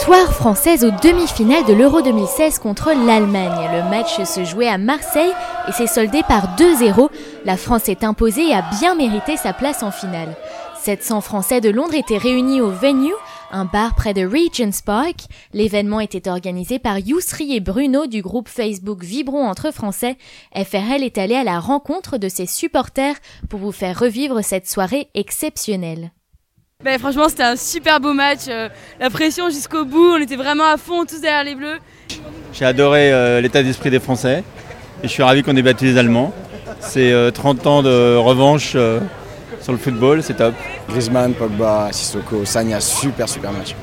Victoire française aux demi-finales de l'Euro 2016 contre l'Allemagne. Le match se jouait à Marseille et s'est soldé par 2-0. La France s'est imposée et a bien mérité sa place en finale. 700 Français de Londres étaient réunis au Venue, un bar près de Regent's Park. L'événement était organisé par Yousri et Bruno du groupe Facebook Vibrons entre Français. FRL est allé à la rencontre de ses supporters pour vous faire revivre cette soirée exceptionnelle. Franchement, c'était un super beau match. La pression jusqu'au bout, on était vraiment à fond, tous derrière les Bleus. J'ai adoré l'état d'esprit des Français et je suis ravi qu'on ait battu les Allemands. C'est 30 ans de revanche sur le football, c'est top. Griezmann, Pogba, Sissoko, Sagna, super match.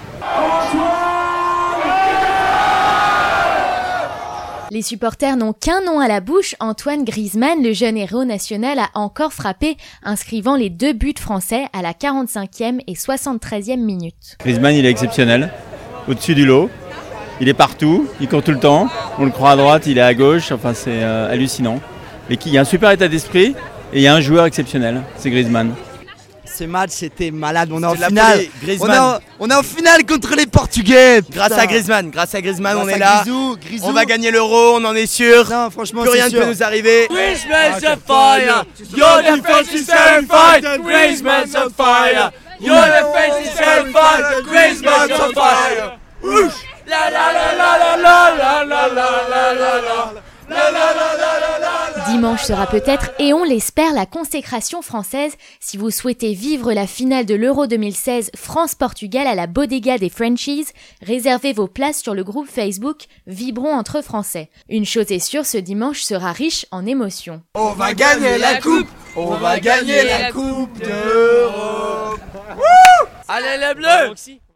Les supporters n'ont qu'un nom à la bouche, Antoine Griezmann, le jeune héros national, a encore frappé, inscrivant les 2 buts français à la 45e et 73e minute. Griezmann, il est exceptionnel, au-dessus du lot, il est partout, il court tout le temps, on le croit à droite, il est à gauche, enfin c'est hallucinant. Mais il y a un super état d'esprit et il y a un joueur exceptionnel, c'est Griezmann. Ce match c'était malade, on est en finale. On est en finale contre les Portugais. Grâce à Griezmann, on est là. Grisou. On va gagner l'Euro, on en est sûr. Non, franchement, plus rien ne peut nous arriver. Griezmann's on fire. Your defense is terrified. Griezmann's on fire. Your defense is terrified. Griezmann's on fire. La la la la la la la la la la la. Dimanche sera peut-être, et on l'espère, la consécration française. Si vous souhaitez vivre la finale de l'Euro 2016 France-Portugal à la Bodega des Frenchies, réservez vos places sur le groupe Facebook Vibrons entre Français. Une chose est sûre, ce dimanche sera riche en émotions. On va gagner la coupe. On va gagner la coupe d'Europe. Allez les Bleus!